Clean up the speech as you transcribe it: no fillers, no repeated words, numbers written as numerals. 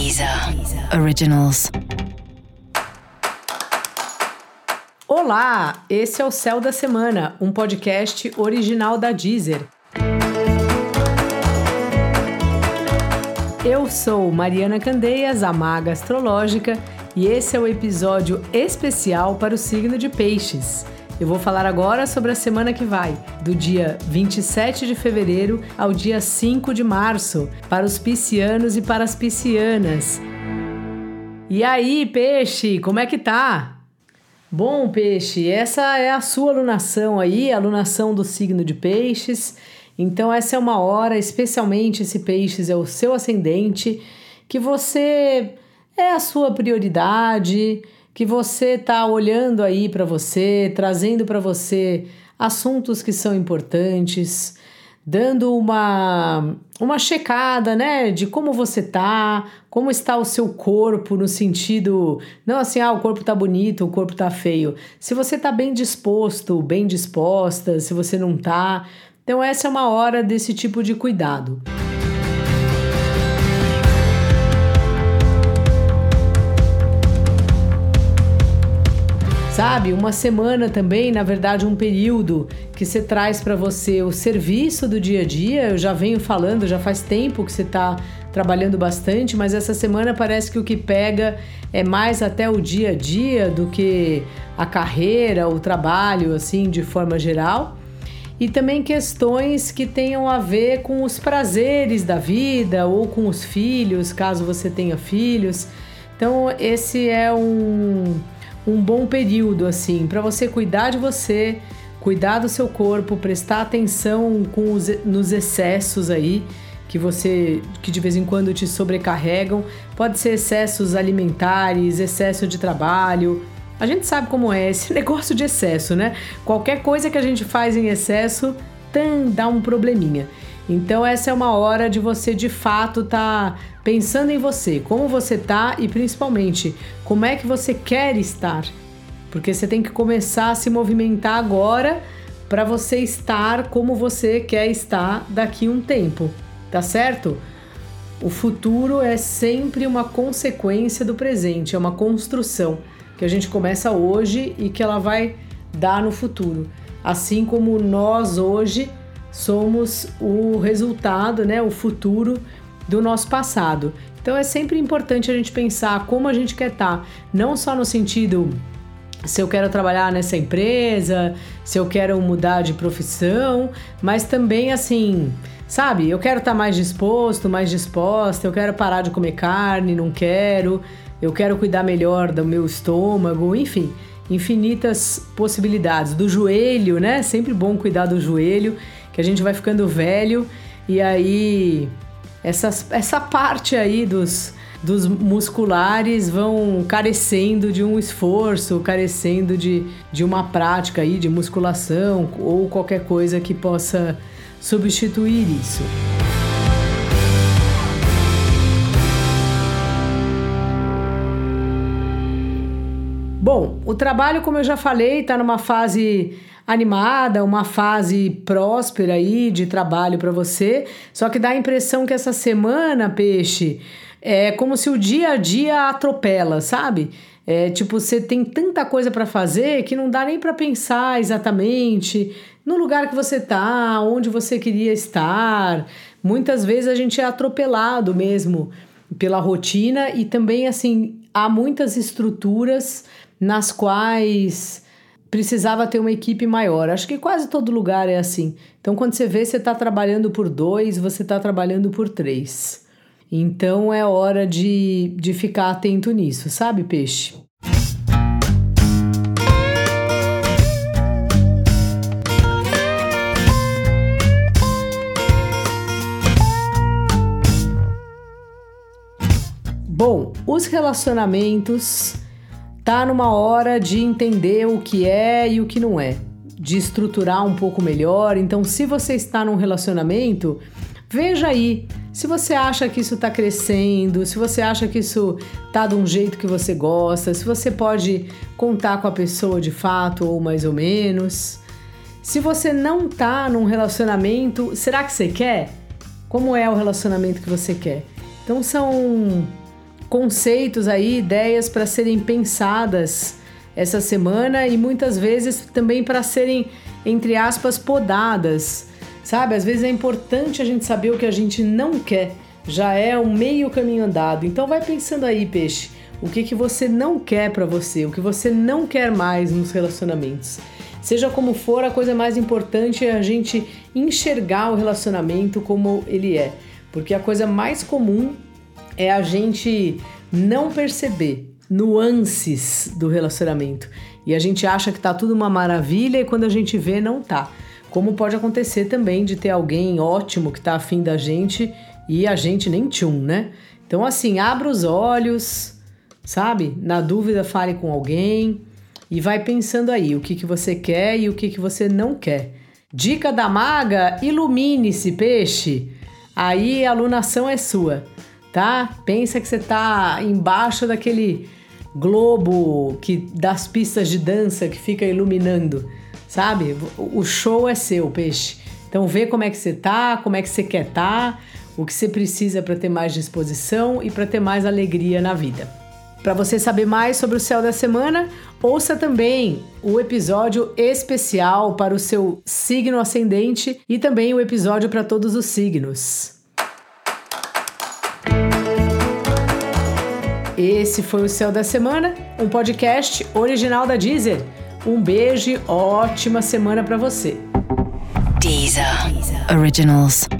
Deezer Originals. Olá, esse é o Céu da Semana, um podcast original da Deezer. Eu sou Mariana Candeias, a maga astrológica, e esse é o episódio especial para o signo de Peixes. Eu vou falar agora sobre a semana que vai, do dia 27 de fevereiro ao dia 5 de março, para os piscianos e para as piscianas. E aí, Peixe, como é que tá? Bom, Peixe, essa é a sua alunação aí, a alunação do signo de Peixes. Então essa é uma hora, especialmente se Peixes é o seu ascendente, que você é a sua prioridade, que você está olhando aí para você, trazendo para você assuntos que são importantes, dando uma checada, né, de como você tá, como está o seu corpo no sentido, não assim, o corpo tá bonito, o corpo tá feio. Se você tá bem disposto, bem disposta, se você não tá. Então essa é uma hora desse tipo de cuidado. Sabe, uma semana também, na verdade, um período que você traz para você o serviço do dia a dia. Eu já venho falando, já faz tempo que você está trabalhando bastante, mas essa semana parece que o que pega é mais até o dia a dia do que a carreira, o trabalho, assim, de forma geral. E também questões que tenham a ver com os prazeres da vida ou com os filhos, caso você tenha filhos. Então, esse é um bom período, assim, para você cuidar de você, cuidar do seu corpo, prestar atenção nos excessos aí, que de vez em quando te sobrecarregam. Pode ser excessos alimentares, excesso de trabalho. A gente sabe como é esse negócio de excesso, né? Qualquer coisa que a gente faz em excesso dá um probleminha. Então essa é uma hora de você de fato tá pensando em você, como você tá e principalmente como é que você quer estar. Porque você tem que começar a se movimentar agora para você estar como você quer estar daqui a um tempo, tá certo? O futuro é sempre uma consequência do presente, é uma construção que a gente começa hoje e que ela vai dar no futuro. Assim como nós hoje somos o resultado, né, o futuro do nosso passado. Então é sempre importante a gente pensar como a gente quer estar, não só no sentido se eu quero trabalhar nessa empresa, se eu quero mudar de profissão, mas também assim, sabe, eu quero estar mais disposto, mais disposta, eu quero parar de comer carne, não quero, eu quero cuidar melhor do meu estômago, enfim, infinitas possibilidades. Do joelho, né? Sempre bom cuidar do joelho, que a gente vai ficando velho e aí essa parte aí dos musculares vão carecendo de um esforço, carecendo de uma prática aí de musculação ou qualquer coisa que possa substituir isso. Bom, o trabalho, como eu já falei, está numa fase animada, uma fase próspera aí de trabalho para você, só que dá a impressão que essa semana, Peixe, é como se o dia a dia atropela, sabe? Tipo, você tem tanta coisa para fazer que não dá nem para pensar exatamente no lugar que você tá, onde você queria estar. Muitas vezes a gente é atropelado mesmo pela rotina e também, assim, há muitas estruturas nas quais precisava ter uma equipe maior. Acho que quase todo lugar é assim. Então, quando você vê, você está trabalhando por 2, você está trabalhando por 3. Então, é hora de ficar atento nisso, sabe, Peixe? Bom, os relacionamentos tá numa hora de entender o que é e o que não é, de estruturar um pouco melhor. Então, se você está num relacionamento, veja aí se você acha que isso está crescendo, se você acha que isso tá de um jeito que você gosta, se você pode contar com a pessoa de fato ou mais ou menos. Se você não tá num relacionamento, será que você quer? Como é o relacionamento que você quer? Então são conceitos aí, ideias para serem pensadas essa semana e muitas vezes também para serem, entre aspas, podadas, sabe? Às vezes é importante a gente saber o que a gente não quer, já é um meio caminho andado. Então vai pensando aí, peixe, o que você não quer para você, o que você não quer mais nos relacionamentos. Seja como for, a coisa mais importante é a gente enxergar o relacionamento como ele é, porque a coisa mais comum é a gente não perceber nuances do relacionamento e a gente acha que tá tudo uma maravilha e quando a gente vê, não tá. Como pode acontecer também de ter alguém ótimo que tá afim da gente e a gente nem tchum, né? Então assim, abra os olhos, sabe? Na dúvida, fale com alguém e vai pensando aí o que você quer e o que você não quer. Dica da maga, ilumine-se, peixe. Aí a alunação é sua, tá? Pensa que você tá embaixo daquele globo das pistas de dança que fica iluminando, sabe? O show é seu, peixe. Então vê como é que você tá, como é que você quer tá, o que você precisa para ter mais disposição e para ter mais alegria na vida. Para você saber mais sobre o céu da semana, ouça também o episódio especial para o seu signo ascendente e também o episódio para todos os signos. Esse foi o Céu da Semana, um podcast original da Deezer. Um beijo e ótima semana para você. Deezer Originals.